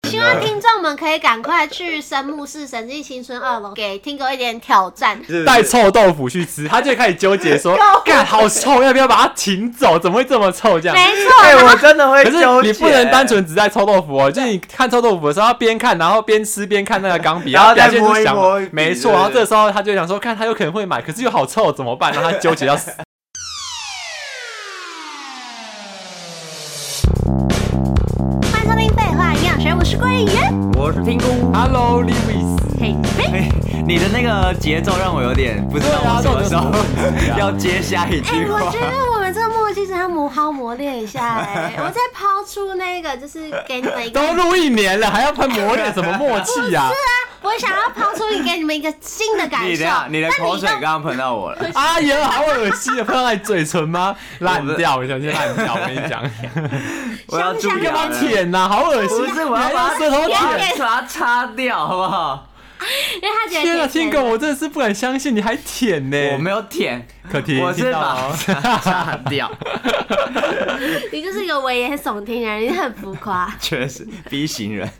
希望听众们可以赶快去神木市审计新村2楼给听狗一点挑战， 带臭豆腐去吃，他就开始纠结说，干好臭，要不要把它请走？怎么会这么臭？这样没错， 我真的会纠结。 可是你不能单纯只在臭豆腐哦，就是你看臭豆腐的时候，要边看然后边吃边看那个钢笔， 然后表现出想摸一摸， 没错。然后这个时候他就想说，看他有可能会买，可是又好臭怎么办？让他纠结到死。 欢迎收听废话营养学，我是郭颖媛， 我是听姑。 Hello Lewis， 嘿嘿。 你的那个节奏让我有点不知道我什么时候要接下一句话。 我觉得我们这个默契是要磨练一下我再抛出那个，就是给你们一个。 都录1年了，还要磨练什么默契啊？ 是啊，我想要抛出给你们一个新的感受。 你的口水刚刚喷到我了。 哎呀，好恶心啊！喷到你嘴唇吗？烂掉，我相信烂掉。我跟你讲， 我要注意干嘛舔呐？好恶心！ 不是，我要把舌头舔， 把它擦掉，好不好？ 因为他觉得天啊，听狗，我真的是不敢相信你还舔呢！ 我没有舔， 可甜， 我是把它擦掉。 你就是一个危言耸听人，你很浮夸。 确实 ，B 型人。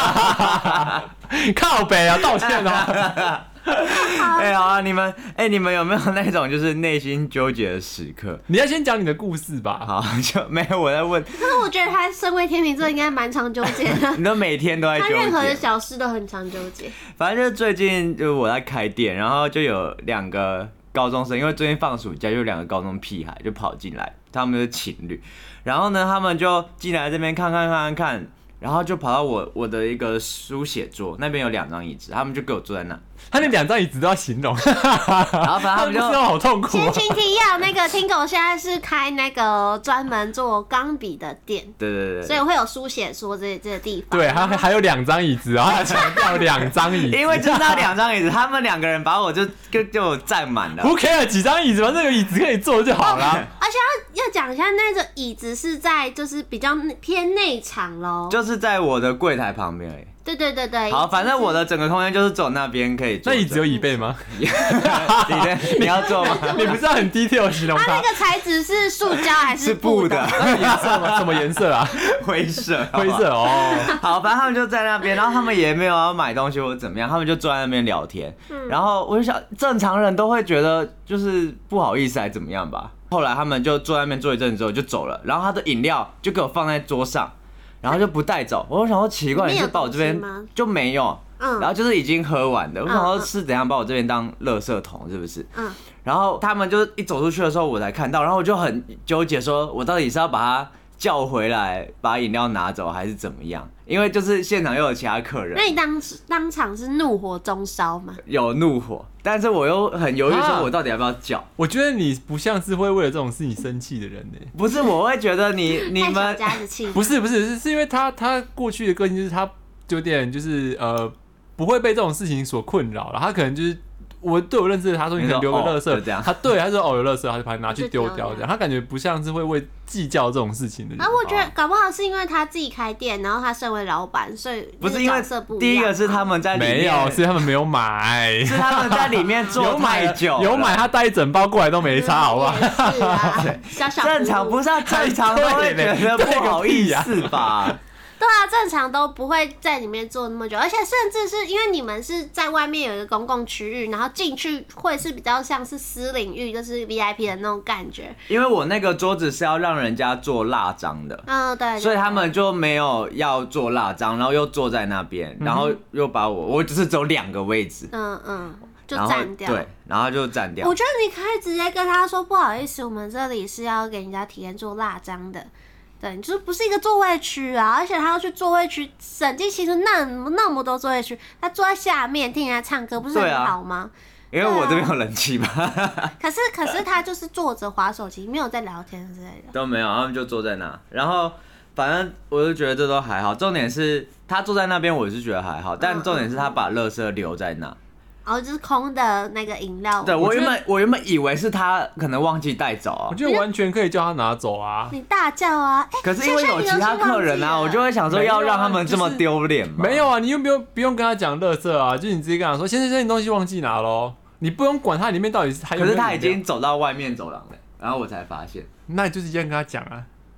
靠北啊，道歉哦。 好啊，你们有没有那种就是内心纠结的时刻？ 你要先讲你的故事吧。 好，就没有我在问。 可是我觉得他身为天秤座，应该蛮常纠结的。 你都每天都在纠结， 他任何的小事都很常纠结。 反正就是最近就是我在开店，然后就有2个高中生，因为最近放暑假，就2个高中屁孩就跑进来，他们是情侣，然后呢，他们就进来这边看，然后就跑到我的一个书写桌那边有2张椅子，他们就给我坐在那。 他那2张椅子都要形容， 然后反正他们就好痛苦。 前情提要，那个听狗现在是开那个专门做钢笔的店， 对， 所以会有书写桌这个地方。 对，还有2张椅子，然后他强调2张椅子， 因为就是那2张椅子，他们2个人把我就占满了。 Who care 几张椅子嘛，这个椅子可以坐就好了。 而且要讲一下，那个椅子是在就是比较偏内场咯， 就是在我的柜台旁边而已。 对。 好，反正我的整个空间就是走那边可以坐。 那椅子有椅背吗？ 你要坐吗？ 你不是要很 detail 形容它？ 它那个材质是塑胶还是布的？ 那颜色吗？什么颜色啊？ 灰色哦。 好，反正他们就在那边，然后他们也没有要买东西或者怎么样，他们就坐在那边聊天。然后我就想，正常人都会觉得就是不好意思还怎么样吧。后来他们就坐在那边坐一阵子之后就走了，然后他的饮料就给我放在桌上。然后就不带走，我想说奇怪，你是把我这边就没有，然后就是已经喝完的，我想说是怎样把我这边当垃圾桶是不是？然后他们就一走出去的时候我才看到，然后我就很纠结，说我到底是要把他叫回来，把饮料拿走还是怎么样？因为就是现场又有其他客人。 那你当场是怒火中烧吗？ 有怒火，但是我又很犹豫，说我到底要不要叫？ 我觉得你不像是会为了这种事情生气的人呢。 不是，我会觉得你们不是因为他过去的个性就是他有点就是不会被这种事情所困扰了，他可能就是。对我认识的他说你可能留个垃圾，他说有垃圾，他就把它拿去丢掉这样。他感觉不像是会为计较这种事情的人。 我觉得搞不好是因为他自己开店，然后他身为老板，所以不是因为第一个是他们在里面没有，是他们没有买， 是他们在里面做太久， 有买他带一整包过来都没差，好不好？ 是啊， 正常不是正常都会觉得不好意思吧？ 对啊，正常都不会在里面坐那么久，而且甚至是因为你们是在外面有一个公共区域，然后进去会是比较像是私领域，就是 VIP 的那种感觉。 因为我那个桌子是要让人家做蜡章的， 对， 所以他们就没有要做蜡章，然后又坐在那边，然后又把我只是只有2个位置， 就占掉， 对，然后就占掉。 我觉得你可以直接跟他说，不好意思，我们这里是要给人家体验做蜡章的。对，就是不是一个座位区啊，而且他要去座位区审计其实那么多座位区，他坐在下面听人家唱歌，不是很好吗？ 因为我这边有冷气吧。 可是他就是坐着滑手机，没有在聊天之类的。 都没有，他们就坐在那，然后反正我就觉得这都还好。重点是他坐在那边，我是觉得还好，但重点是他把垃圾留在那。 就是空的那个饮料。 对，我原本以为是他可能忘记带走啊。 我觉得完全可以叫他拿走啊。 你大叫啊！ 可是因为有其他客人啊，我就会想说要让他们这么丢脸吗？ 没有啊，你又不用跟他讲垃圾啊，就是你直接跟他说，先生，你东西忘记拿咯，你不用管他里面到底是还有没有。 可是他已经走到外面走廊了，然后我才发现。 那你就是这样跟他讲啊。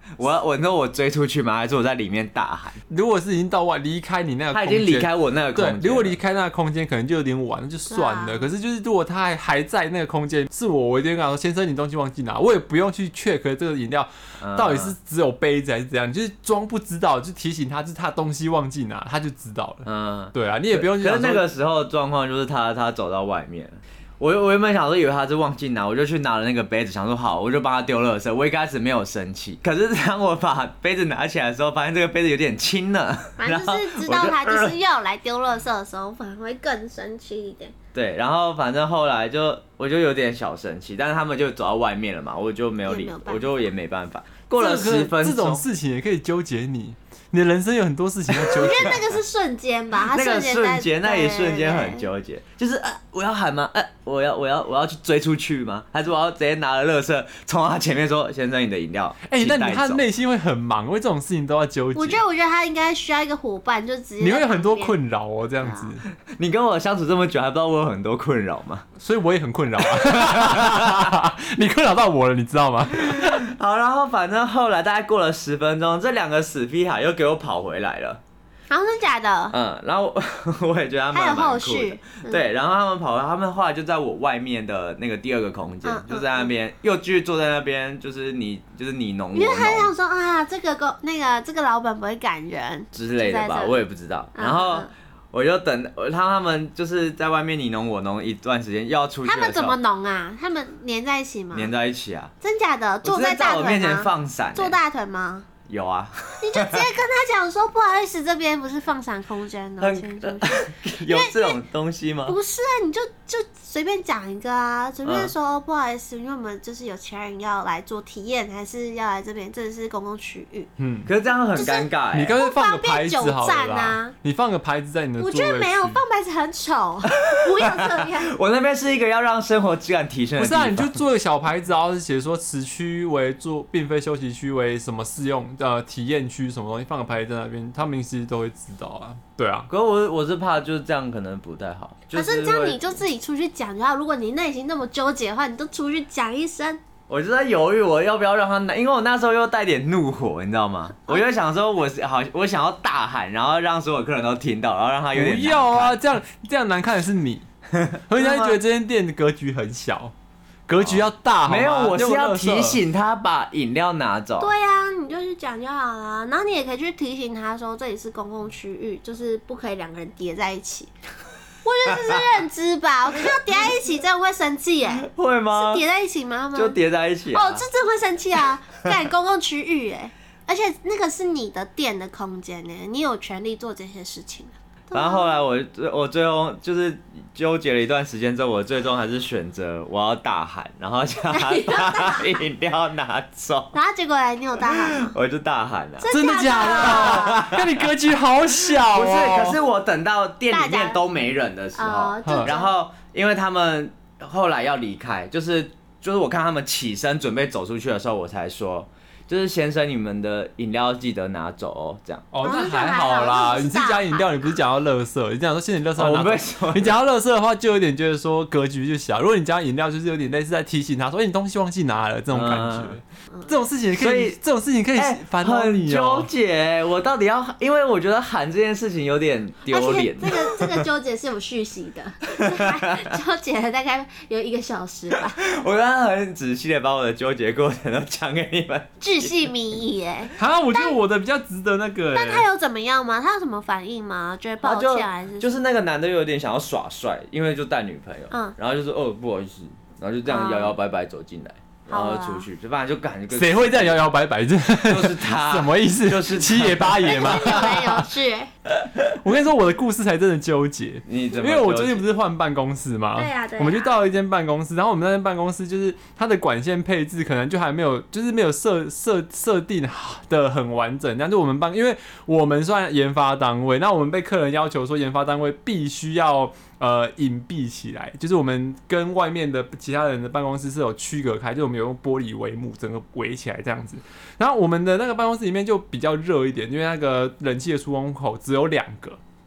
我追出去吗？还是我在里面大喊？ 如果是已经到外离开你那个空间， 他已经离开我那个空间， 对，如果离开那个空间可能就有点晚，那就算了。可是就是如果他还在那个空间，是我一定跟他说，先生你东西忘记拿，我也不用去 check 这个饮料到底是只有杯子还是怎样，就是装不知道，就提醒他就是他东西忘记拿，他就知道了。对啊，你也不用去。 可是那个时候的状况就是他走到外面。我原本想说以为他是忘记拿，我就去拿了那个杯子，想说好，我就帮他丢垃圾。我一开始没有生气，可是当我把杯子拿起来的时候，发现这个杯子有点轻了。 反正就是知道他就是要来丢垃圾的时候，反而会更生气一点。 对，然后反正后来我就有点小生气，但是他们就走到外面了嘛，我就没有理，我就也没办法。过了10分钟， 这种事情也可以纠结你。你的人生有很多事情要纠结。 我觉得那个是瞬间吧，他那个瞬间，那一瞬间很对纠结，就是我要喊吗？我要去追出去吗？还是我要直接拿了垃圾冲到他前面说：“先生，你的饮料。” 那他内心会很忙，因为这种事情都要纠结。 我觉得他应该需要一个伙伴，就直接。 你会有很多困扰哦，这样子。 你跟我相处这么久，还不知道我有很多困扰吗？ 所以我也很困扰啊。你困扰到我了，你知道吗？ 好，然后反正后来大概过了10分钟，这2个死屁孩又给我跑回来了。 真的假的？ 然后我也觉得他们蛮酷的。对，然后他们跑回来，他们后来就在我外面的那个第2个空间，就在那边又继续坐在那边，就是你弄我弄。 因为他想说啊，这个老板不会赶人之类的吧，我也不知道。然后我就等他们就是在外面你弄我弄一段时间，又要出去的时候。 他们怎么弄啊？他们黏在一起吗？ 黏在一起啊！ 真假的？坐在大腿吗？ 我面前放伞。 坐大腿吗？ 有啊。 你就直接跟他讲说，不好意思，这边不是放伞空间哦， 有这种东西吗？ 不是啊，你就随便讲一个啊，随便说不好意思，因为我们就是有其他人要来做体验，还是要来这边，这是公共区域。 可是这样很尴尬。 你干脆放个牌子好了啦。你放个牌子在你的座位区。 我觉得没有放牌子很丑，不要这样。 我那边是一个要让生活质感提升的地方。 不是啊，你就做个小牌子，然后是写说此区为并非休息区，为什么适用体验区什么东西，放个牌子在那边，他们其实都会知道啊。对啊。 可是我是怕就是这样可能不太好。 可是这样你就自己出去讲就好。如果你内心那么纠结的话，你就出去讲一声。 我就在犹豫我要不要让他拿，因为我那时候又带点怒火，你知道吗？我就想说我想要大喊，然后让所有客人都听到，然后让他有点难看。 不要啊，这样难看的是你，人家觉得这间店的格局很小。格局要大， 没有，我是要提醒他把饮料拿走。 对啊，你就去讲就好了。然后你也可以去提醒他说，这里是公共区域，就是不可以2个人叠在一起。我觉得这是认知吧，我看到叠在一起真的会生气耶。 会吗？ 是叠在一起吗？ 就叠在一起啊。 哦，这真的会生气啊！干公共区域耶，而且那个是你的店的空间耶，你有权利做这些事情。 然后后来我最后就是纠结了一段时间之后，我最终还是选择我要大喊，然后叫他把饮料拿走。 然后结果你有大喊吗？ 我就大喊了。 真的假的？那你格局好小哦。 不是，可是我等到店里面都没人的时候，然后因为他们后来要离开，就是我看他们起身准备走出去的时候，我才说。就是先生，你们的饮料记得拿走哦，这样。 哦，那还好啦。你是讲饮料，你不是讲到垃圾。你讲说现在垃圾拿走。 你讲到垃圾的话，就有点觉得说格局就小。如果你讲饮料，就是有点类似在提醒他说，你东西忘记拿了这种感觉。这种事情可以烦恼你哦。很纠结，我到底要，因为我觉得喊这件事情有点丢脸。 这个纠结是有续集的，纠结了大概有1个小时吧。 我刚刚很仔细的把我的纠结过程都讲给你们。 巨细靡遗耶！ 我觉得我的比较值得那个。 但他有怎么样吗？他有什么反应吗？觉得抱歉还是？ 就是那个男的有点想要耍帅，因为就带女朋友，然后就说哦不好意思，然后就这样摇摇摆摆走进来。然后出去，就反正就感觉谁会这样摇摇摆摆？ 就是他， 什么意思？ 就是七爷八爷吗？ 有趣。 我跟你说，我的故事才真的纠结。因为我最近不是换办公室嘛， 对啊， 我们就到了一间办公室，然后我们那间办公室就是它的管线配置可能就还没有，就是没有设定的很完整。但是我们因为我们算研发单位，那我们被客人要求说，研发单位必须要隐蔽起来，就是我们跟外面的其他人的办公室是有区隔开，就我们有用玻璃帷幕整个围起来这样子。然后我们的那个办公室里面就比较热一点，因为那个冷气的出风口只有2个，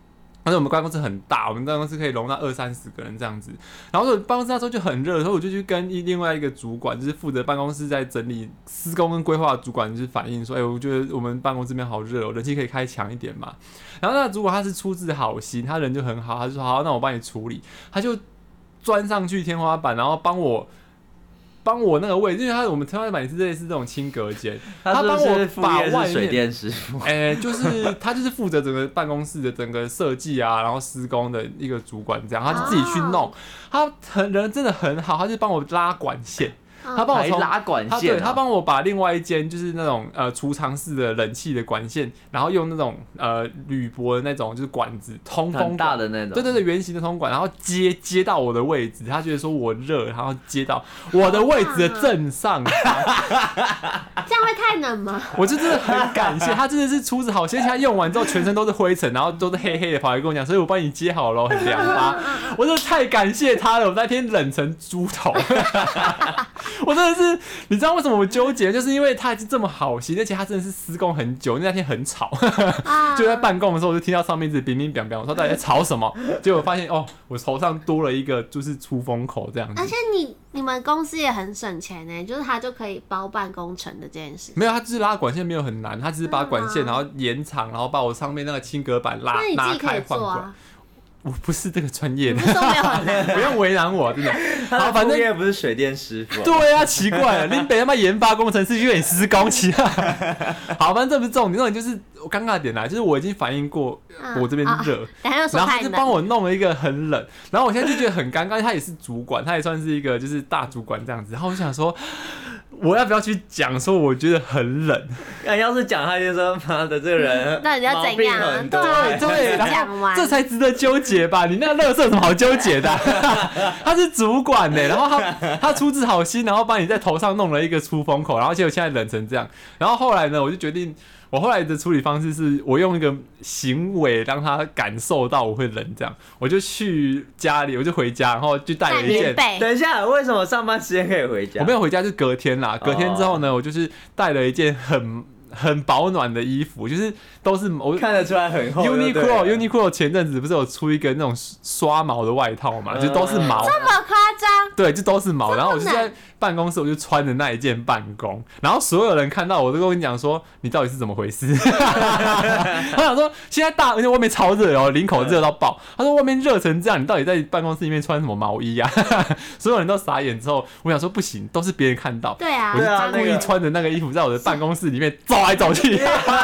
而且我们办公室很大，我们办公室可以容纳20-30个人这样子。然后我办公室那时候就很热，所以我就去跟另外一个主管，就是负责办公室在整理施工跟规划的主管，就是反映说，我觉得我们办公室这边好热，人气可以开强一点嘛。然后那个主管他是出自好心，他人就很好，他就说好，那我帮你处理，他就钻上去天花板，然后帮我那个位置，因为我们天花板是类似这种轻隔间，他帮我把外面水电师傅， 就是他就是负责整个办公室的整个设计啊，然后施工的一个主管这样，他就自己去弄，他人真的很好，他就帮我拉管线。他帮我拉管线， 他帮我把另外一间就是那种储藏室的冷气的管线，然后用那种铝箔的那种就是管子通风很大的那种， 对，圆形的通管，然后接到我的位置，他觉得说我热，然后接到我的位置的正上方， 这样会太冷吗？ 我就真的很感谢他，真的是出自好心，他用完之后全身都是灰尘，然后都是黑黑的，跑来跟我讲，所以我帮你接好了，很凉吧？我真的太感谢他了，我那天冷成猪头。我真的是，你知道为什么我纠结？就是因为他已经这么好心，而且他真的是施工很久，那天很吵，就在办公的时候，我就听到上面一直乒乒乓乓，我说到底在吵什么？结果发现我头上多了一个就是出风口这样子。 而且你们公司也很省钱呢，就是他就可以包办工程的这件事。 没有，他只是拉管线没有很难，他只是把管线然后延长，然后把我上面那个轻隔板拉开换过来。我不是这个专业的， 你都没有很难， 不用为难我，真的。好，反正也不是水电师傅。 对啊，奇怪了，林北他妈研发工程师就有点施工，其他。好，反正这不是重点，重点就是我尴尬的点来，就是我已经反映过我这边热， 然后他就帮我弄了一个很冷，然后我现在就觉得很尴尬，他也是主管，他也算是一个就是大主管这样子，然后我就想说。我要不要去讲说我觉得很冷？ 要是讲他就说妈的这个人， 那你要怎样啊？ 对，然后这才值得纠结吧？你那个垃圾有什么好纠结的？他是主管呢，然后他出自好心，然后帮你在头上弄了一个出风口，然后结果现在冷成这样。然后后来呢，我就决定。我后来的处理方式是我用一个行为让他感受到我会冷，这样我就去家里，我就回家，然后就带了一件。 等一下，为什么上班时间可以回家？ 我没有回家，就是隔天啦。隔天之后呢，我就是带了一件很保暖的衣服，就是都是我看得出来很厚。 Uniqlo 前阵子不是有出一个那种刷毛的外套嘛，就都是毛。 这么夸张？ 对，就都是毛。然后我就在办公室，我就穿着那一件办公，然后所有人看到我都跟我讲说，你到底是怎么回事？我想说，现在而且外面超热哦，林口热到爆。他说外面热成这样，你到底在办公室里面穿什么毛衣啊？所有人都傻眼之后，我想说不行，都是别人看到。 对啊， 我就故意穿着那个衣服在我的办公室里面走来走去。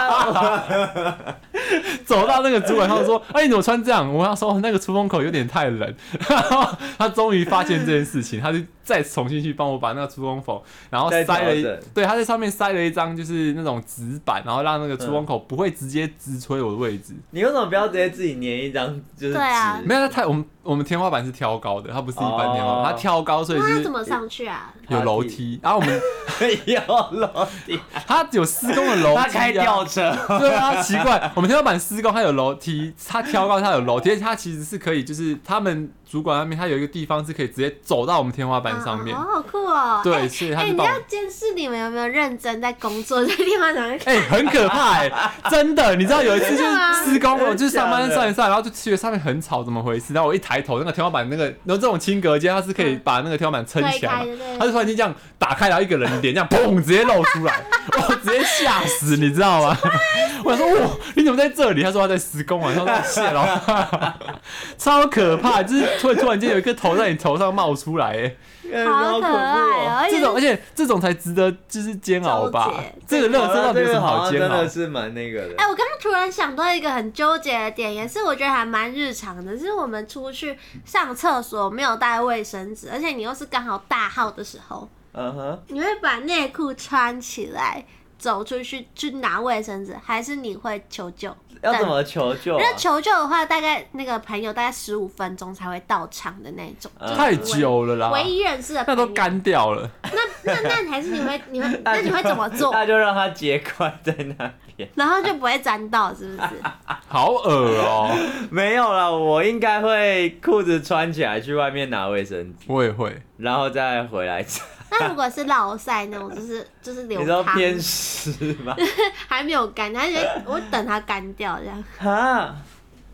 走到那个主管，他就说：“哎，你怎么穿这样？”我跟他说：“那个出风口有点太冷。”然后他终于发现这件事情，他就再重新去帮我把那个出风口，然后塞了对，他在上面塞了一张就是那种纸板，然后让那个出风口不会直接直吹我的位置。 你为什么不要直接自己粘一张就是纸？ 没有，我们天花板是挑高的，它不是一般天花板，它挑高，所以是。 他怎么上去啊？ 有楼梯，然后我们有楼梯， 它有施工的楼梯， 他开吊车。 对啊，奇怪，我们天花板施工，它有楼梯，它挑高，它有楼梯，它其实是可以，就是他们主管那边，它有一个地方是可以直接走到我们天花板上面。 好酷哦！ 对，所以他就你要监视你们有没有认真在工作，在地方上面。 很可怕真的，你知道有一次就是施工，我就是上班上一上，然后就觉得上面很吵，怎么回事？然后我一抬头，那个天花板那个，然后这种轻隔间，它是可以把那个天花板撑起来的，它就突然间这样打开，然后一个人脸这样砰直接露出来，我直接吓死，你知道吗？我想说哇，你怎么在这里？他说他在施工啊，他说谢了，超可怕，就是突然间有一个头在你头上冒出来， 好可爱哦！ 而且这种才值得就是煎熬吧？这个垃圾到底有什么好煎熬？ 真的是蛮那个的。 我刚刚突然想到一个很纠结的点，也是我觉得还蛮日常的，就是我们出去上厕所没有带卫生纸，而且你又是刚好大号的时候，你会把内裤穿起来走出去去拿卫生纸，还是你会求救？ 要怎么求救？ 因为求救的话，大概那个朋友大概15分钟才会到场的那种， 太久了啦。 唯一认识的朋友那都干掉了。 那还是你会怎么做？ 那就让他结块在那边， 然后就不会沾到，是不是？ 好恶哦！ 没有啦，我应该会裤子穿起来去外面拿卫生纸。 我也会， 然后再回来擦。 那如果是落晒那种，就是流汤， 你知道偏湿吗？ 还没有干，我等它干掉这样。 哈，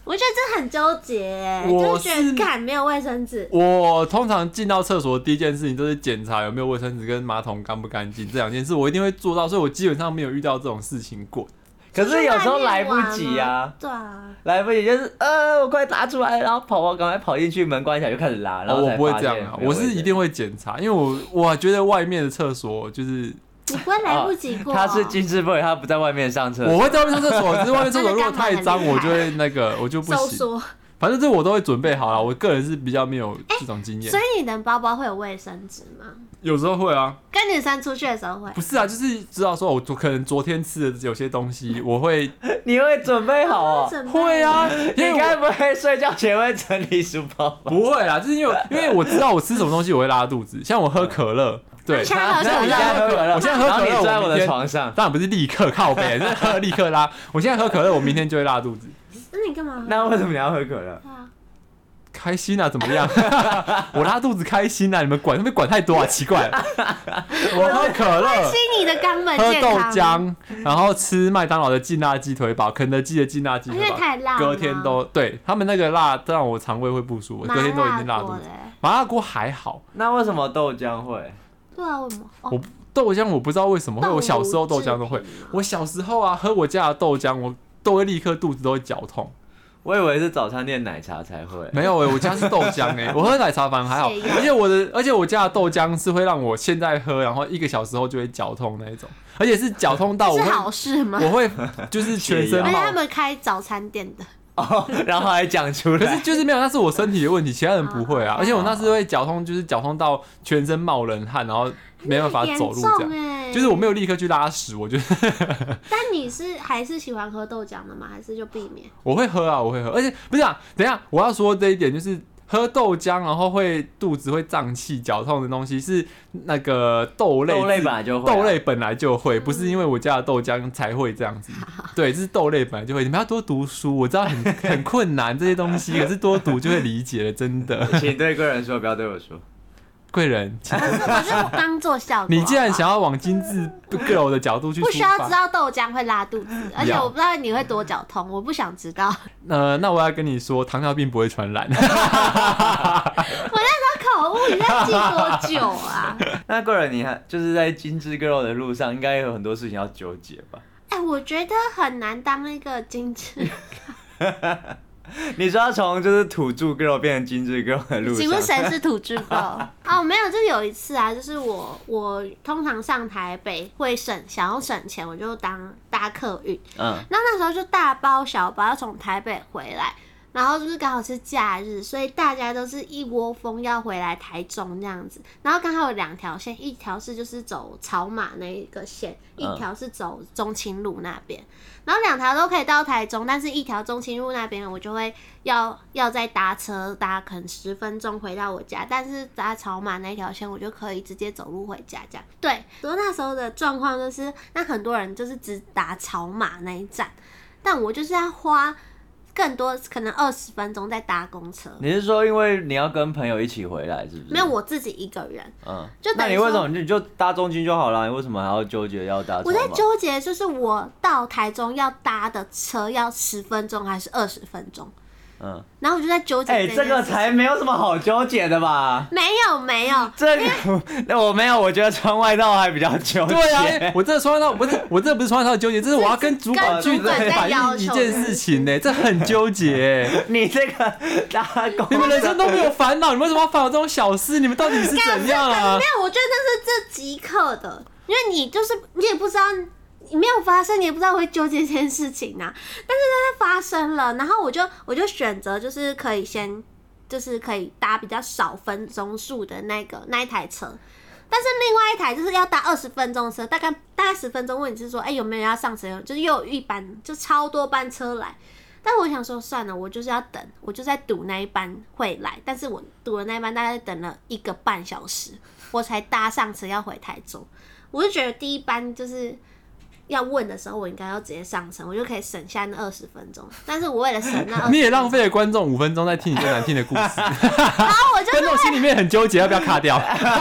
我觉得这很纠结，就是觉得干没有卫生纸。 我通常进到厕所的第一件事情都是检查有没有卫生纸跟马桶干不干净，这2件事我一定会做到，所以我基本上没有遇到这种事情过。 可是有时候来不及啊， 对啊， 来不及就是我快拿出来，然后赶快跑进去，门关起来就开始拉，然后我不会这样啊，我是一定会检查，因为我觉得外面的厕所就是。 你不会来不及过？ 他是金智boy，他不在外面上厕所。 我会在外面上厕所，只是外面厕所如果太脏，我就会我就不行。反正这我都会准备好了，我个人是比较没有这种经验。 所以你的包包会有卫生纸吗？ 有时候会啊。 跟女生出去的时候会？ 不是啊，就是知道说我可能昨天吃的有些东西，我会。 你会准备好哦？ 会啊， 你该不会睡觉前会整理书包吧？ 不会啦，就是因为我知道我吃什么东西我会拉肚子，像我喝可乐。对， 我现在喝可乐，我坐在我的床上， 当然不是立刻靠北，是喝立刻拉。我现在喝可乐，我明天就会拉肚子。 那你干嘛？ 那为什么你要喝可乐？ 开心啊，怎么样？我拉肚子开心啊，你们会不会管太多啊？奇怪了，我喝可乐， 关心你的肛门健康，喝豆浆，然后吃麦当劳的劲辣鸡腿堡、肯德基的劲辣鸡腿堡， 因为太辣， 隔天都对他们那个辣让我肠胃会不舒服，隔天都已经拉肚子。麻辣锅还好， 那为什么豆浆会？ 对啊，为什么？ 豆浆我不知道为什么会，我小时候豆浆都会。我小时候啊，喝我家的豆浆，我都会立刻肚子都会绞痛。 我以为是早餐店奶茶才会， 没有我家是豆浆我喝奶茶反而还好，而且我家的豆浆是会让我现在喝，然后1个小时后就会绞痛那一种，而且是绞痛到我会是好事吗？ 我会就是全身冒。而且他们开早餐店的。 然后还讲出来， 可是就是没有，那是我身体的问题，其他人不会啊。而且我那时会绞痛，就是绞痛到全身冒冷汗，然后没办法走路这样。就是我没有立刻去拉屎，我觉得。 但你还是喜欢喝豆浆的吗？还是就避免？ 我会喝啊，我会喝，而且不是啊，等一下我要说这一点就是。喝豆浆然后会肚子会胀气绞痛的东西是那个豆类本来就会豆类本来就会，不是因为我家的豆浆才会这样子。对，是豆类本来就会。你们要多读书，我知道很困难这些东西，可是多读就会理解了，真的。 请对贵人说，不要对我说。 贵人， 我就当做效果。 你既然想要往精致 girl 的角度去出发， 不需要知道豆浆会拉肚子，而且我不知道你会多绞痛，我不想知道。 那我要跟你说，糖尿病不会传染。我那时候口误，你在记多久啊？ 那贵人，你就是在精致 girl 的路上，应该有很多事情要纠结吧？ 我觉得很难当一个精致 girl。 你说要从就是土著 girl 变成精致 girl 的路上， 请问谁是土著 girl？ 没有，就是有一次啊，就是我通常上台北会想要省钱，我就搭客运。那时候就大包小包要从台北回来，然后就是刚好是假日，所以大家都是一窝蜂要回来台中这样子。然后刚好有2条线，一条是就是走草马那一个线，一条是走中清路那边。然后2条都可以到台中，但是一条中清路那边我就会要再搭车，可能10分钟回到我家，但是搭草马那条线我就可以直接走路回家这样。对，所以那时候的状况就是，那很多人就是只打草马那一站，但我就是要花更多可能20分钟在搭公车。 你是说因为你要跟朋友一起回来是不是？ 没有，我自己一个人。就那你为什么你就搭中京就好了？你为什么还要纠结要搭？ 我在纠结就是我到台中要搭的车要10分钟还是20分钟？然后我就在纠结。 这个才没有什么好纠结的吧？ 没有， 这个我没有，我觉得穿外套还比较纠结。 对啊，我这穿外套不是，我这不是穿外套的纠结，这是我要跟主管去反映一件事情呢，这很纠结。 你这个搭公， 你们人生都没有烦恼，你们为什么要烦恼这种小事？你们到底是怎样啊？ 没有，我觉得那是这即刻的，因为你也不知道。你没有发生，你也不知道我会纠结这件事情啊。但是它发生了，然后我就选择就是可以可以搭比较少分钟数的那一台车，但是另外一台就是要搭20分钟的车，大概10分钟。问你是说，有没有人要上车？就是又有一班，就超多班车来。但我想说，算了，我就是要等，我就在赌那一班会来。但是我赌的那一班大概等了1个半小时，我才搭上车要回台中。我就觉得第一班就是要问的时候，我应该要直接上车，我就可以省下那20分钟。但是我为了省那20分钟， 你也浪费了观众5分钟在听你最难听的故事。 然后我就观众心里面很纠结，要不要卡掉？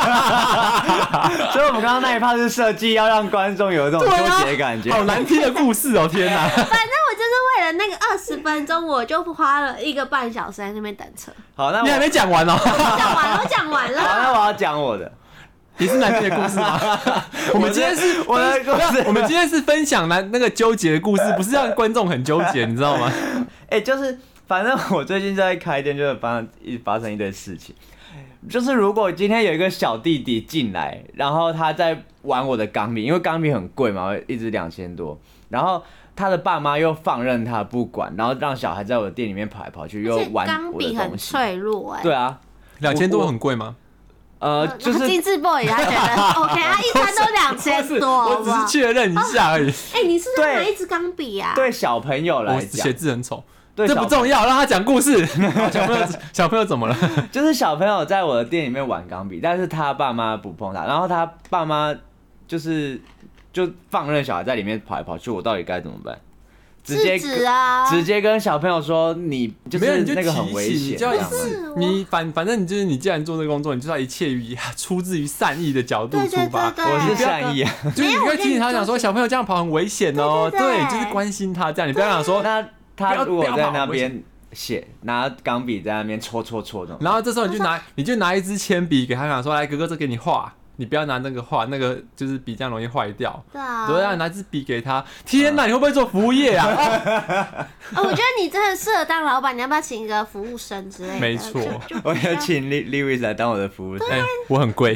所以我们刚刚那一趴是设计要让观众有一种纠结的感觉。 好难听的故事哦，天哪！ 反正我就是为了那个 30分钟，我就花了1个半小时在那边等车。 好，那你还没讲完哦。 我讲完了。 好，那我要讲我的。 你是男性的故事吗？我们今天是我的故事， 我们今天是分享那个纠结的故事，不是让观众很纠结，你知道吗？ 就是反正我最近在开店，就是发生一堆事情。就是如果今天有一个小弟弟进来，然后他在玩我的钢笔，因为钢笔很贵嘛，一支2000多，然后他的爸妈又放任他不管，然后让小孩在我的店里面跑来跑去，又玩钢笔很脆弱对啊 ，2000多很贵吗？ 就是精致 boy 他觉得 OK， 他一餐都2000多， 我只是确认一下而已。 你是不是买一支钢笔啊？ 对小朋友来讲， 写字很丑。这不重要，让他讲故事。小朋友怎么了？ 就是小朋友在我的店里面玩钢笔，但是他爸妈不碰他，然后他爸妈就放任小孩在里面跑来跑去，我到底该怎么办？直接跟小朋友说，你就是那个很危险， 你反正你既然做这个工作，你就要一切出自于善意的角度出发。 我是善意啊， 就是你会提醒他讲说，小朋友这样跑很危险哦，对，就是关心他这样，你不要讲说他如果在那边写，拿钢笔在那边戳的， 然后这时候你就拿一支铅笔给他讲说，来哥哥这给你画，你不要拿那个画，那个就是笔这样容易坏掉。对啊，拿支笔给他。天哪，你会不会做服务业啊？ 我觉得你真的适合当老板，你要不要请一个服务生之类的？ 没错， 我要请 Lewis 来当我的服务生。 我很贵。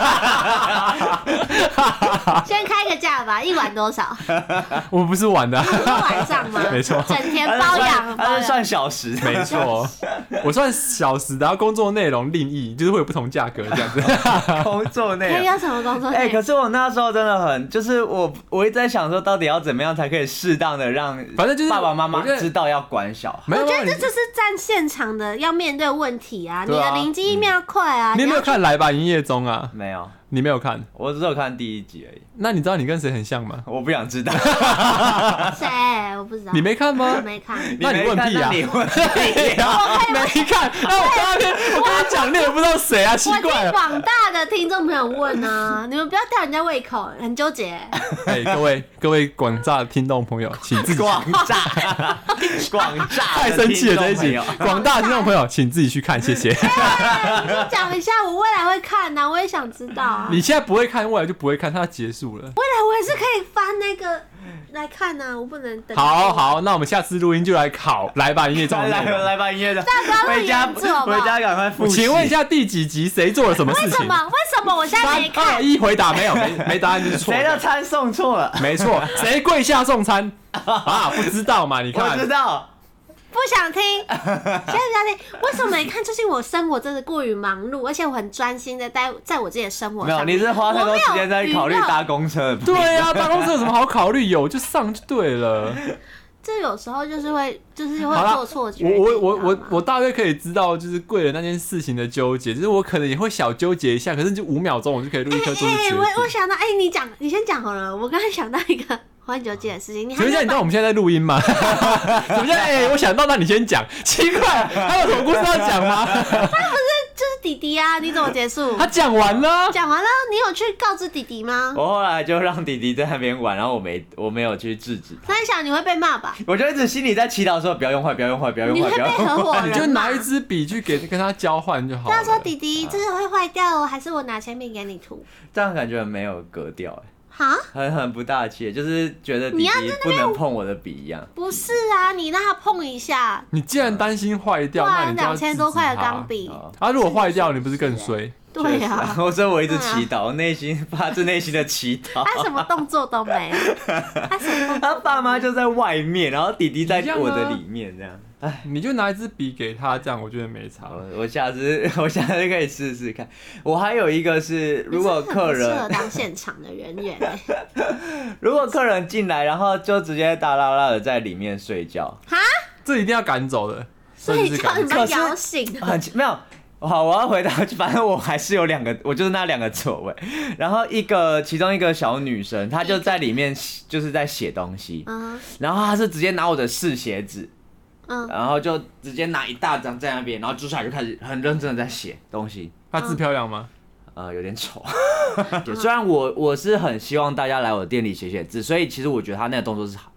先开个价吧，一晚多少？ 我不是晚的， 晚上吗？ 没错， 整天包养， 他是算小时， 没错，我算小时的，然后工作内容另议，就是会有不同价格这样子。 工作内容， 要什么工作内容？ 可是我那时候真的很，就是我一直在想说，到底要怎么样才可以适当的让， 反正就是爸爸妈妈知道要管小孩。 我觉得这就是站现场的要面对问题啊，你的灵机一面要快啊。 你有没有看《来吧营业中》啊？ 没有。 你没有看， 我只有看第1集而已。 那你知道你跟谁很像吗？ 我不想知道。 谁？我不知道。 你没看吗？ 我没看。 那你问屁啊！ 你问屁啊！没看。那我刚刚我跟他讲，你也不知道谁啊，奇怪了。 我替广大的听众朋友问啊，你们不要吊人家胃口，很纠结。 各位广大的听众朋友，请自己广大太生气了这一集，广大的听众朋友，请自己去看，谢谢。 你讲一下，我未来会看啊，我也想知道。 你现在不会看，未来就不会看，它要结束了。 未来我也是可以翻那个来看啊，我不能等。 好，那我们下次录音就来考，来吧，营业中， 来吧，营业中， 回家赶快复习。 请问一下第几集谁做了什么事情？ 为什么我现在没看 ？3、2、1，回答没答案就是错。 谁的餐送错了？ 没错，谁跪下送餐啊？不知道嘛？你看， 我知道。 不想听，现在不想听。为什么？你看，最近我生活真的过于忙碌，而且我很专心的在我自己的生活上。 没有，你是花太多时间在考虑搭公车。 对啊，搭公车有什么好考虑？有就上就对了。 这有时候就是会做错决定。 我大约可以知道，就是贵人那件事情的纠结，就是我可能也会小纠结一下，可是就5秒鐘我就可以立刻做出决定。 我想到，你先讲好了。我刚才想到一个很纠结的事情。 请问一下，你知道我们现在在录音吗？怎么样？我想到，那你先讲。奇怪，还有什么故事要讲吗？ 他不是就是弟弟啊？你怎么结束？ 他讲完了。 讲完了，你有去告知弟弟吗？ 我后来就让弟弟在那边玩，然后我没有去制止他。 那你想你会被骂吧？ 我就一直心里在祈祷说不要用坏，不要用坏，不要用坏，不要用坏。 你会被合伙人骂。 你就拿一支笔去跟他交换就好了。 他说弟弟，这个会坏掉哦，还是我拿铅笔给你涂？ 这样感觉没有格调哈， 很不大气，就是觉得弟弟不能碰我的笔一样。 不是啊，你让他碰一下。 你既然担心坏掉，那你就要 2000多块的钢笔。 如果坏掉，你不是更衰？ 对啊， 所以我一直祈祷，发自内心的祈祷。 他什么动作都没有， 他爸妈就在外面，然后弟弟在我的里面，这样。 你就拿一支笔给他，这样我觉得没差。 我下次可以试试看。我还有一个是，如果客人适合当现场的人员， 如果客人进来，然后就直接大拉拉的在里面睡觉， 哈， 这一定要赶走的。 睡觉你把摇醒， 没有。好，我要回答，反正我还是有2个，我就是那2个座位，然后其中一个小女生，她就在里面就是在写东西，然后她是直接拿我的试写纸，然后就直接拿一大张在那边，然后接下来就开始很认真的在写东西。 她字漂亮吗？ 有点丑。虽然我是很希望大家来我店里写字，所以其实我觉得她那个动作是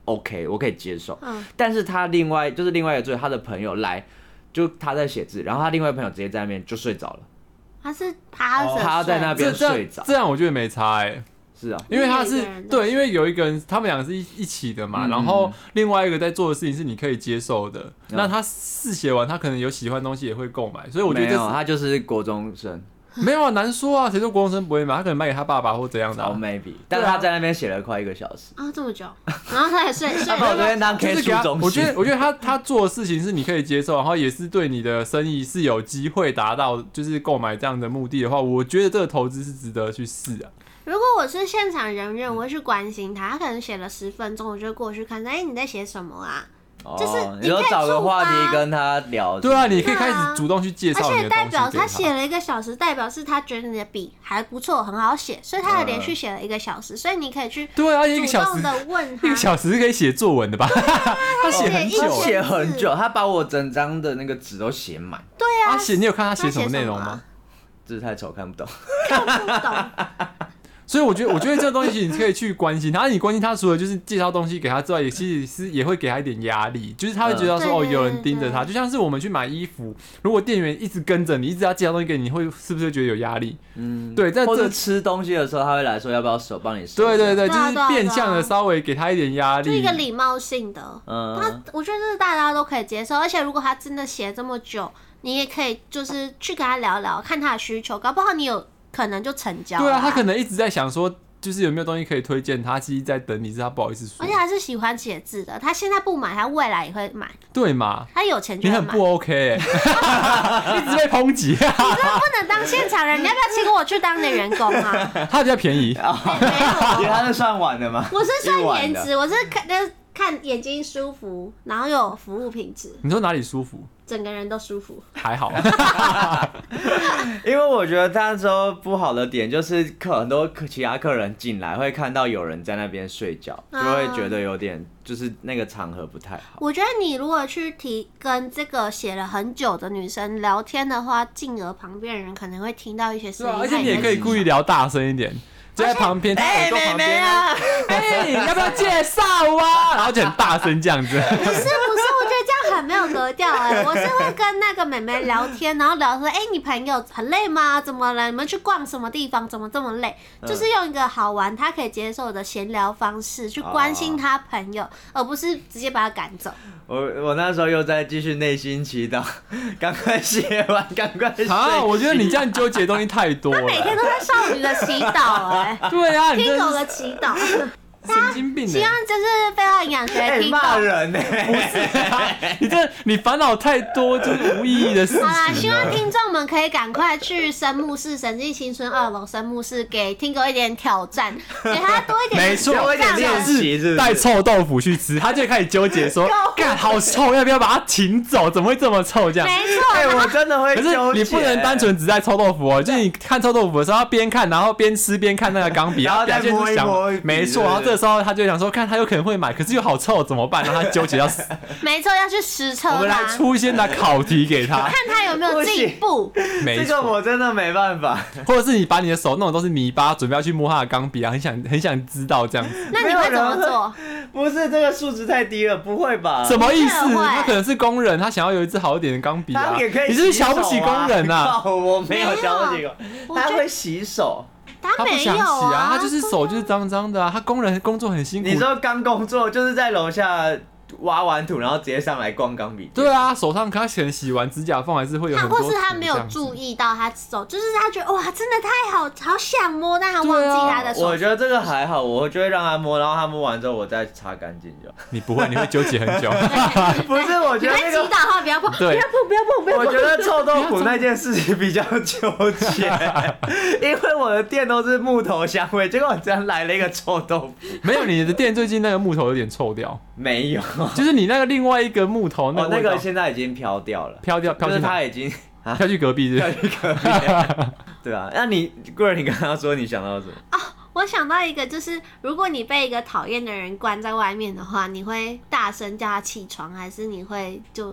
OK， 我可以接受。但是他另外一个作业，他的朋友来，就他在写字，然后他另外一个朋友直接在那边就睡着了。 他是趴着， 他在那边睡着， 这样我觉得没差是啊， 因为他是对，因为有一个人，他们两个是一起的嘛，然后另外一个在做的事情是你可以接受的。那他试写完，他可能有喜欢的东西也会购买，所以我觉得他就是国中生。 没有啊，难说啊，谁说国中生不会买？他可能买给他爸爸或怎样的。 maybe， 但是他在那边写了快1个小时啊，这么久，然后他也睡。 他把我这边当 K 书中心。 我觉得他做的事情是你可以接受，然后也是对你的生意是有机会达到，就是购买这样的目的的话，我觉得这个投资是值得去试啊。 如果我是现场人员，我会去关心他，他可能写了10分钟，我就过去看，你在写什么啊？就是你就找个话题跟他聊。 对啊，你可以开始主动去介绍你的东西给他。 而且代表他写了1个小时，代表是他觉得你的笔还不错，很好写，所以他还连续写了1个小时，所以你可以去对啊，1个小时主动的问他，1 个小时是可以写作文的吧？他写很久，他把我整张的那个纸都写满。 对啊， 你有看他写什么内容吗？ 字太丑，看不懂。 看不懂。 所以我觉得这个东西你可以去关心他，你关心他除了就是介绍东西给他之外，其实也会给他一点压力，就是他会觉得说有人盯着他，就像是我们去买衣服，如果店员一直跟着你，一直要介绍东西给你，是不是会觉得有压力？对。 或者吃东西的时候，他会来说要不要手帮你收。 对，就是变相的稍微给他一点压力， 就一个礼貌性的。我觉得这是大家都可以接受，而且如果他真的写这么久，你也可以就是去跟他聊聊，看他的需求，搞不好你有可能就成交了。 对啊，他可能一直在想说，就是有没有东西可以推荐他，其实在等你，是他不好意思说。 而且他是喜欢写字的，他现在不买，他未来也会买。 对嘛？ 他有钱就会买。 你很不 OK 一直被抨击。你真的不能当现场人，你要不要请我去当你的员工啊？ 他比较便宜。 没有， 他是算晚的吗？ 我是算颜值，我是看眼睛舒服，然后有服务品质。 你说哪里舒服？ 整个人都舒服， 还好。 因为我觉得他说不好的点就是很多其他客人进来会看到有人在那边睡觉，就会觉得有点就是那个场合不太好。 我觉得你如果去跟这个写了很久的女生聊天的话，进而旁边的人可能会听到一些声音。 而且你也可以故意聊大声一点。就在旁边，他耳朵旁边啊，要不要介绍啊？然后就很大声这样子。 不是，我觉得这样很没有格调我是会跟那个妹妹聊天，然后聊说，你朋友很累吗？怎么了？你们去逛什么地方？怎么这么累？就是用一个好玩、他可以接受的闲聊方式去关心他朋友，而不是直接把他赶走。 我那时候又在继续内心祈祷，赶快写完，赶快睡。 我觉得你这样纠结的东西太多了。 他每天都在少女的祈祷对啊， 听狗的祈祷。 神经病！ 希望就是废话营养学听懂。 骂人不是你烦恼太多，就是无意义的事情。 好啦，希望听众们可以赶快去生目室审计新村2楼生目室，给听狗一点挑战，给他多一点没错， 多一点练习，是带臭豆腐去吃，他就开始纠结说，干好臭，要不要把它请走？怎么会这么臭？这样没错， 我真的会纠结。 可是你不能单纯只在臭豆腐就是你看臭豆腐的时候，要边看，然后边吃边看那个钢笔，然后表现出想，没错，然后这时候他就想说，看他有可能会买，可是又好臭，怎么办？让他纠结要死。 没错，要去实测他。 我们来出现的考题给他， 看他有没有进步。 这个我真的没办法。 或者是你把你的手弄的都是泥巴，准备要去摸他的钢笔啊，很想知道这样子。 那你会怎么做？ 不是这个数值太低了，不会吧？ 什么意思？他可能是工人，他想要有一支好一点的钢笔啊。你是不是瞧不起工人啊？ 我没有瞧不起工人，他会洗手。 他不想洗啊，他就是手就是脏脏的啊。他工人工作很辛苦。 你说刚工作就是在楼下挖完土，然后直接上来逛钢笔店。 对啊，手上他可能洗完指甲缝还是会有很多土。 或是他没有注意到他手，就是他觉得哇，真的太好想摸，但他忘记他的手。 我觉得这个还好，我就会让他摸，然后他摸完之后我再擦干净就。 你不会，你会纠结很久。 不是，我觉得那个祈祷话不要碰，不要碰。 我觉得臭豆腐那件事情比较纠结，因为我的店都是木头香味，结果我这样来了一个臭豆腐。 没有，你的店最近那个木头有点臭掉。 没有， 就是你那个另外一个木头那个现在已经飘掉了，就是它已经飘去隔壁， 飘去隔壁。对啊，那你贵人，你刚刚说你想到什么？ 我想到一个，就是如果你被一个讨厌的人关在外面的话，你会大声叫他起床，还是你会就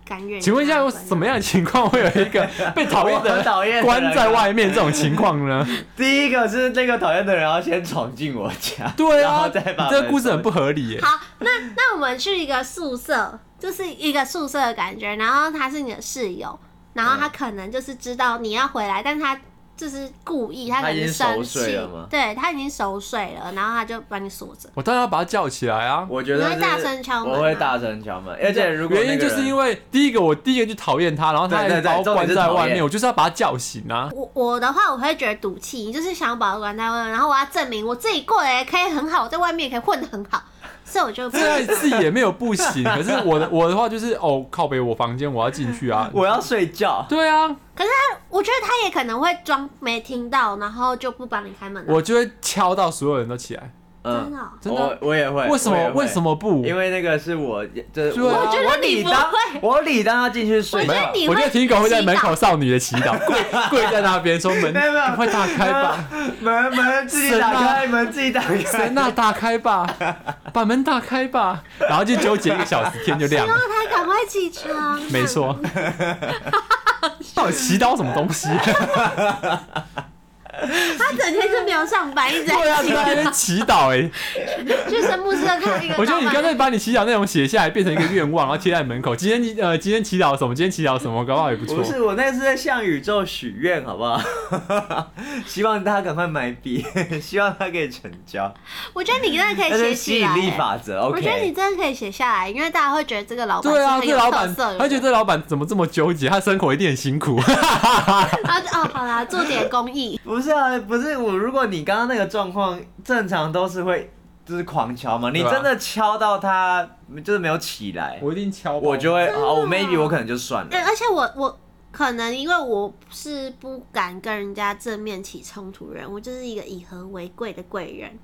甘愿。 请问一下，有什么样的情况会有一个被讨厌的人关在外面这种情况呢？ 第一个是那个讨厌的人要先闯进我家， 对啊， 然后再把这个故事很不合理耶。 好，那我们去一个宿舍，就是一个宿舍的感觉，然后他是你的室友，然后他可能就是知道你要回来，但他就是故意，他可能生气，对，他已经熟睡了，然后他就把你锁着。 我当然要把他叫起来啊！ 我觉得你会大声敲门， 我会大声敲门，而且如果原因就是因为第一个就讨厌他，然后他还把我关在外面，我就是要把他叫醒啊。 我的话，我会觉得赌气，你就是想把我关在外面，然后我要证明我自己过得也可以很好，我在外面也可以混得很好。所以我就这样自己也没有不行，可是我的话就是靠北我房间我要进去啊， 我要睡觉。 对啊， 可是我觉得他也可能会装没听到，然后就不帮你开门。 我就会敲到所有人都起来。 真的， 我也会。 为什么不？ 因为那个是我理当我理当要进去睡。 我觉得听狗会在门口少女的祈祷，跪在那边说门快打开吧， 门自己打开，门自己打开， 神呐打开吧，把门打开吧，然后就纠结1个小时，天就亮了。 希望他赶快起床。 没错。到底祈祷什么东西？ 他整天就没有上班，一直在在那边祈祷去神木社看一个。 我觉得你干脆把你祈祷内容写下来，变成一个愿望，然后贴在门口。今天祈祷什么？今天祈祷什么？搞不好也不错。 不是，我那是在向宇宙许愿，好不好？希望他赶快买笔，希望他可以成交。 我觉得你真的可以写起来。 吸引力法则 ，OK。 我觉得你真的可以写下来，因为大家会觉得这个老板对啊， 这个老板， 他觉得这老板怎么这么纠结？他生活一定很辛苦。 然后就好啦，做点公益。 不是我，如果你刚刚那个状况，正常都是会就是狂敲嘛，你真的敲到他就是没有起来， 我一定敲， 我就会我 maybe 我可能就算了。 而且我可能因为我是不敢跟人家正面起冲突人，我就是一个以和为贵的贵人。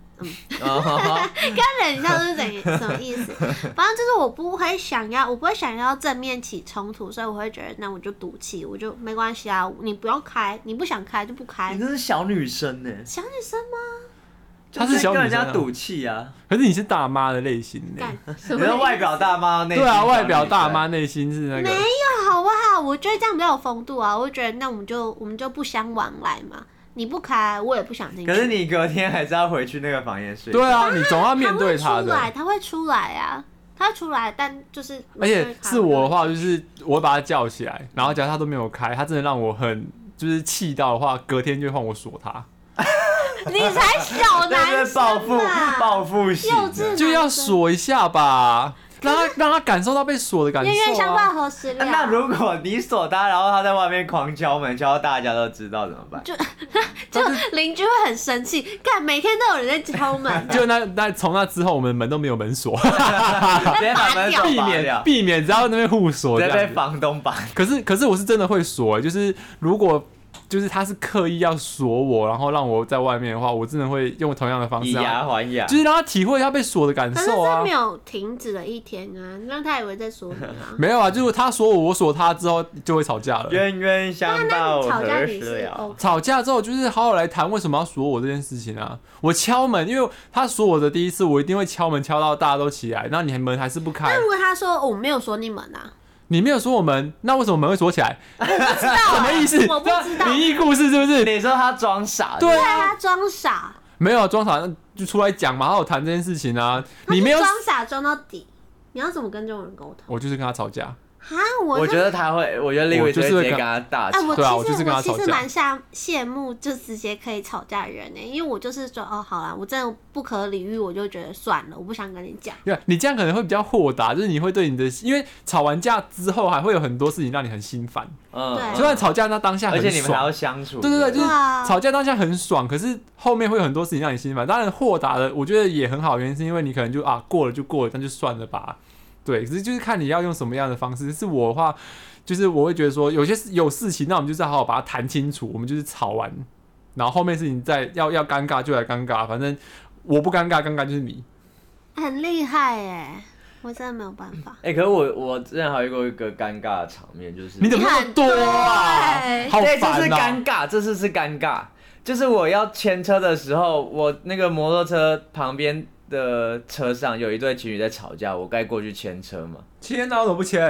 跟人像是什么意思？反正就是我不会想要正面起冲突，所以我会觉得那我就赌气，我就没关系啊，你不用开，你不想开就不开。 你这是小女生呢？ 小女生吗？ 她是小女生， 跟人家赌气啊。 可是你是大妈的类型呢？ 你是外表大妈，内心对啊，外表大妈，内心是那个。 没有好不好？我觉得这样比较有风度啊。我就觉得那我们就不相往来嘛。你不开，我也不想进去。 可是你隔天还是要回去那个房间睡。 对啊，你总要面对他的。 他会出来啊，他会出来，但就是。 而且是我的话，就是我会把他叫起来，然后假如他都没有开，他真的让我很就是气到的话，隔天就换我锁他。 你才小男生啊！ 报复型， 就要锁一下吧。让他感受到被锁的感受啊！ 冤冤相报何时了？ 那如果你锁他，然后他在外面狂敲门，敲到大家都知道怎么办？ 就邻居会很生气，干每天都有人在敲门。 就那从那之后，我们门都没有门锁， 直接把门锁避免只要那边互锁， 直接被房东拔。 可是我是真的会锁，就是如果。就是他是刻意要锁我，然后让我在外面的话，我真的会用同样的方式， 以牙还牙， 就是让他体会他被锁的感受啊。可是这没有停止的一天啊，让他以为在锁你啊。 没有啊，就是他锁我，我锁他之后就会吵架了。 冤冤相报何时了？ 吵架之后就是好好来谈为什么要锁我这件事情啊。我敲门，因为他锁我的第一次，我一定会敲门敲到大家都起来，那你门还是不开。 那如果他说我没有锁你门啊？ 你没有锁我门，那为什么门会锁起来？ 我不知道， 什么意思？ 我不知道。 灵异故事是不是？ 你说他装傻？ 对啊，他装傻。 没有装傻，就出来讲嘛，好好谈这件事情啊。你没有装傻装到底，你要怎么跟这种人沟通？ 我就是跟他吵架。 我觉得他会，我觉得立伟就是会跟他大吵。 对啊，我就是跟他吵架。 我其实蛮羡慕就直接可以吵架的人呢，因为我就是说好啦，我真的不可理喻，我就觉得算了，我不想跟你讲。 对，你这样可能会比较豁达，就是你会对你的，因为吵完架之后还会有很多事情让你很心烦。 对。 虽然吵架那当下很爽， 而且你们还要相处。 对，就是吵架当下很爽，可是后面会有很多事情让你心烦。当然豁达的，我觉得也很好，原因是因为你可能就过了就过了，那就算了吧。对，可是就是看你要用什么样的方式。是我的话，就是我会觉得说，有事情，那我们就是好好把它谈清楚，我们就是吵完，然后后面事情再要尴尬就来尴尬，反正我不尴尬，尴尬就是你。 很厉害哎，我真的没有办法。 可是我之前还遇过一个尴尬的场面，就是你怎么那么多啊？好烦啊！ 这是尴尬，这次是尴尬，就是我要牵车的时候，我那个摩托车旁边的车上有一对情侣在吵架，我该过去牵车吗？ 牵啊，我怎么不牵？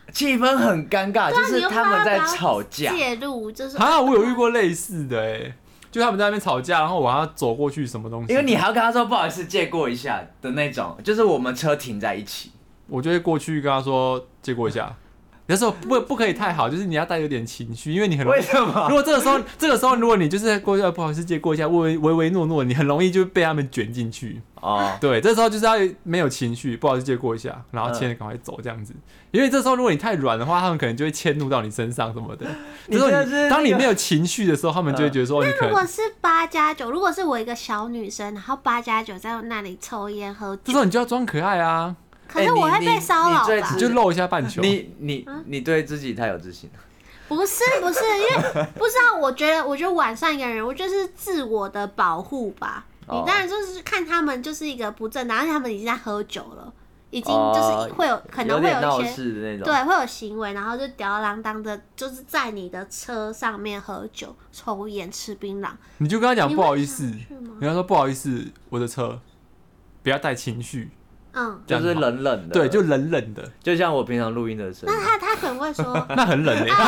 气氛很尴尬，就是他们在吵架， 介入就是我有遇过类似的就他们在那边吵架，然后我还要走过去什么东西， 因为你还要跟他说不好意思借过一下的那种，就是我们车停在一起， 我就会过去跟他说借过一下。有时候不可以太好，就是你要带有点情绪，因为你很容易。 为什么？ 如果这个时候，如果你就是过去不好意思借过一下，唯唯诺诺，你很容易就被他们卷进去。对，这时候就是要没有情绪，不好意思借过一下，然后牵着赶快走这样子。因为这时候如果你太软的话，他们可能就会迁怒到你身上什么的。当你没有情绪的时候，他们就会觉得说你可能。 那如果是8+9，如果是我一个小女生，然后8+9在那里抽烟喝酒， 这时候你就要装可爱啊。 可是我会被骚扰吧？ 你就露一下半球。 你对自己太有自信了。 不是，因为不知道，我觉得晚上一个人，我就是自我的保护吧。你当然就是看他们就是一个不正当，而且他们已经在喝酒了，已经就是会有可能会有一些对会有行为，然后就吊儿郎当的，就是在你的车上面喝酒、抽烟、吃槟榔。 你就跟他讲不好意思，你跟他说不好意思，我的车不要带情绪。 就是冷冷的， 对，就冷冷的， 就像我平常录音的声音。 那他可能会说， 那很冷那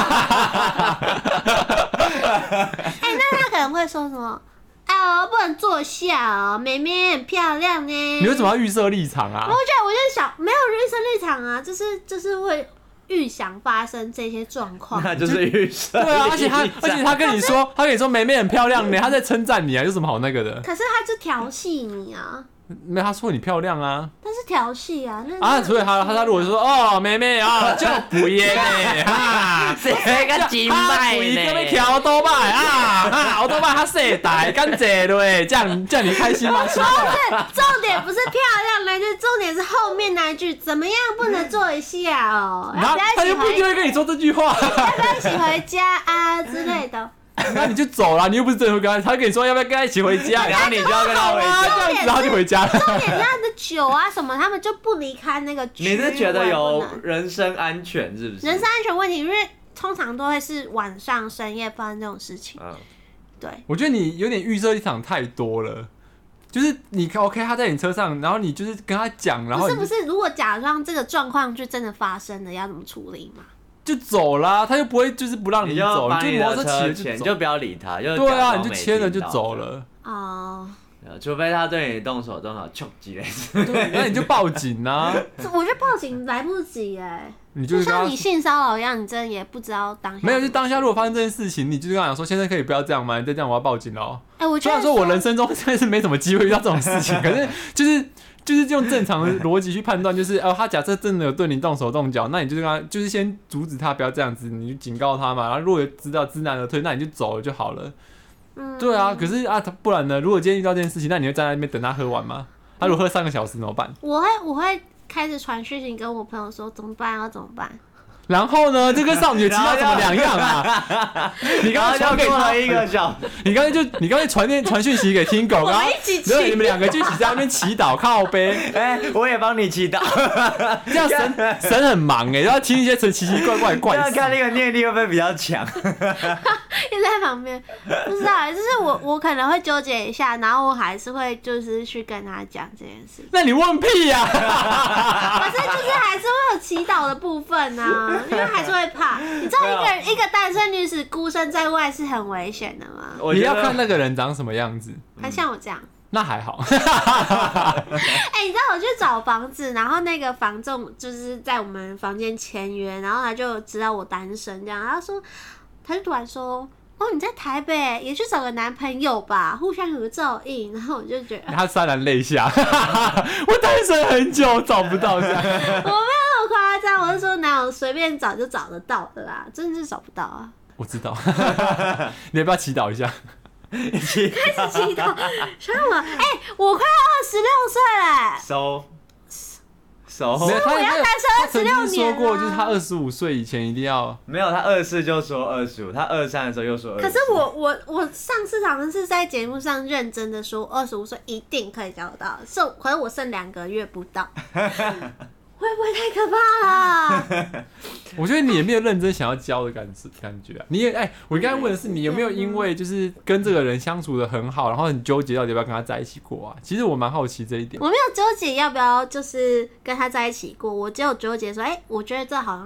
他可能会说什么？不能坐下哦，妹妹很漂亮呢。 你为什么要预设立场啊？ 我就想，没有预设立场啊，就是会预想发生这些状况。 那就是预设。 对啊，而且他跟你说妹妹很漂亮呢，他在称赞你啊，有什么好那个的？ 可是他就调戏你啊。 没有，他说你漂亮啊， 但是调戏啊， 所以他如果说妹妹啊，就不耶呢， 这个金牌呢， 这边调多摆我都把他写大干这对，这样你开心吗？ 重点不是漂亮呢，就重点是后面那一句怎么样不能坐一下哦， 然后他就不一定会跟你说这句话， 要不要一起回家啊之类的。 那你就走了，你又不是真的会跟他跟你说要不要跟他一起回家， 然后你就要跟他回家， 这样子然后就回家了。 重点他的酒啊什么，他们就不离开那个区。 你是觉得有人身安全是不是？ 人身安全问题，因为通常都会是晚上深夜发生这种事情。对。 我觉得你有点预设立场太多了。就是你 OK， 他在你车上，然后你就是跟他讲，然后不是，如果假装这个状况就真的发生了，要怎么处理嘛？ 就走啦，他又不会就是不让你走， 你就摩托车骑了就不要理他， 对啊，你就牵着就走了。 除非他对你动手动脚冲击类似， 那你就报警啊！ 我觉得报警来不及你就像你性骚扰一样，你真的也不知道当下。 没有，就当下如果发生这件事情，你就跟他讲说：“先生可以不要这样吗？你再这样我要报警喽。”虽然说我人生中真的是没什么机会遇到这种事情，可是就是用正常的逻辑去判断，就是他假设真的有对你动手动脚，那你就跟他就是先阻止他不要这样子，你就警告他嘛。然后如果知道知难而退，那你就走了就好了。对啊，可是不然呢？如果今天遇到这件事情，那你会站在那边等他喝完吗？他如果喝3个小时怎么办？ 我会开始传讯息跟我朋友说怎么办？要怎么办？ 然后呢？这跟少女的祈祷怎么两样啊？你刚刚传给他 1个小时， 你刚才传讯息给听狗，然后你们2个就一起在那边祈祷靠背。 我也帮你祈祷， 这样神很忙要听一些奇奇怪怪怪事。 看那个念力会不会比较强？ 也在旁边，不知道，就是我可能会纠结一下，然后我还是会就是去跟他讲这件事。 那你问屁呀！ 可是就是还是会有祈祷的部分啊。因为还是会怕，你知道一个单身女子孤身在外是很危险的吗？ 你要看那个人长什么样子， 他像我这样， 那还好。 你知道我去找房子，然后那个房仲就是在我们房间签约，然后他就知道我单身这样，他就突然说。你在台北也去找个男朋友吧，互相有个照应。然后我就觉得他潸然泪下，我单身很久找不到这样。 我没有那么夸张，我是说哪有随便找就找得到的啦，真的是找不到啊。 我知道，你要不要祈祷一下？ 开始祈祷，想我我快要26岁了。 没有， 我要单身26年了。 他曾经说过，就是他25岁以前一定要。 没有，他24就说25，他23的时候又说25。 可是我上次好像是在节目上认真的说25岁一定可以交得到，可是我剩2个月不到。会不会太可怕了？ 我觉得你也没有认真想要交的感觉啊！你也我刚才问的是你有没有因为就是跟这个人相处的很好，然后很纠结到底要不要跟他在一起过啊？其实我蛮好奇这一点。 我没有纠结要不要就是跟他在一起过，我只有纠结说，我觉得这好像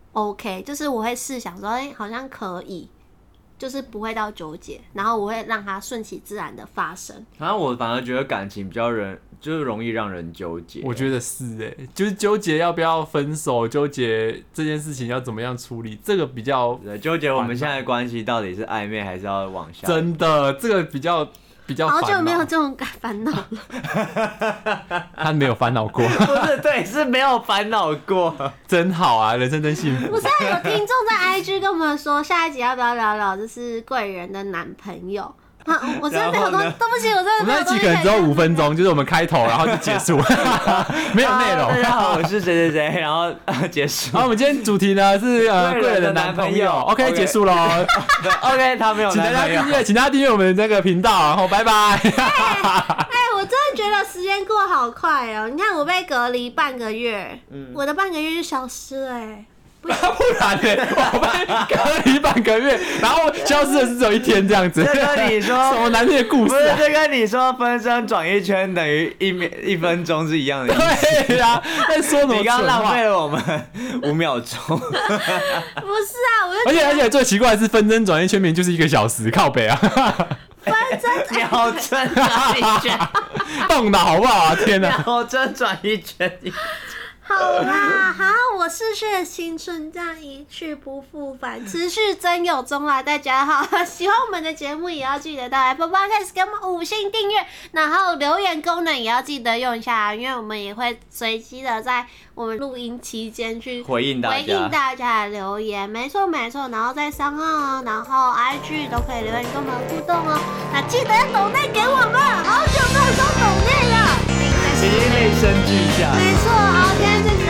OK， 就是我会试想说，好像可以，就是不会到纠结，然后我会让它顺其自然的发生。 然后我反而觉得感情比较就是容易让人纠结。 我觉得是就是纠结要不要分手，纠结这件事情要怎么样处理，这个比较纠结我们现在的关系到底是暧昧还是要往下。 真的，这个比较好久没有这种烦恼了。 他没有烦恼过。 不是，对，是没有烦恼过。 真好啊，人生真幸福。 不是有听众在 IG 跟我们说，下一集要不要聊聊就是贵人的男朋友？我真的没有东西，对不起，我真的没有东西。 我们那集可能只有5分钟，就是我们开头，然后就结束，没有内容。 大家好，我是谁谁谁，然后结束。 好，我们今天主题呢是贵人的男朋友。OK， 结束喽。 OK， 他没有男朋友。 请大家订阅我们这个频道，然后拜拜。 我真的觉得时间过好快哦！你看我被隔离半个月，我的半个月就消失了不然我被隔离半个月，然后消失的是只有1天这样子。 这跟你说什么难听的故事？ 不是，这跟你说分身转一圈等于1分钟是一样的意思。 对呀，在说什么？ 你刚浪费了我们5秒钟。 不是啊， 而且最奇怪的是分身转一圈明明就是1个小时，靠北啊！ 分身秒针转一圈， 动脑好不好啊？天哪！ 秒针转一圈。 好啦，好，我逝去的青春这样一去不复返，持续真有中啦，大家好，喜欢我们的节目也要记得到 Apple Podcast 给我们5星订阅，然后留言功能也要记得用一下，因为我们也会随机的在我们录音期间去回应大家的留言，没错，然后在SoundOn然后 IG 都可以留言跟我们互动哦，那记得要抖内给我们，好久没有收抖内了。 已经可以升级一下。 没错，好，今天这集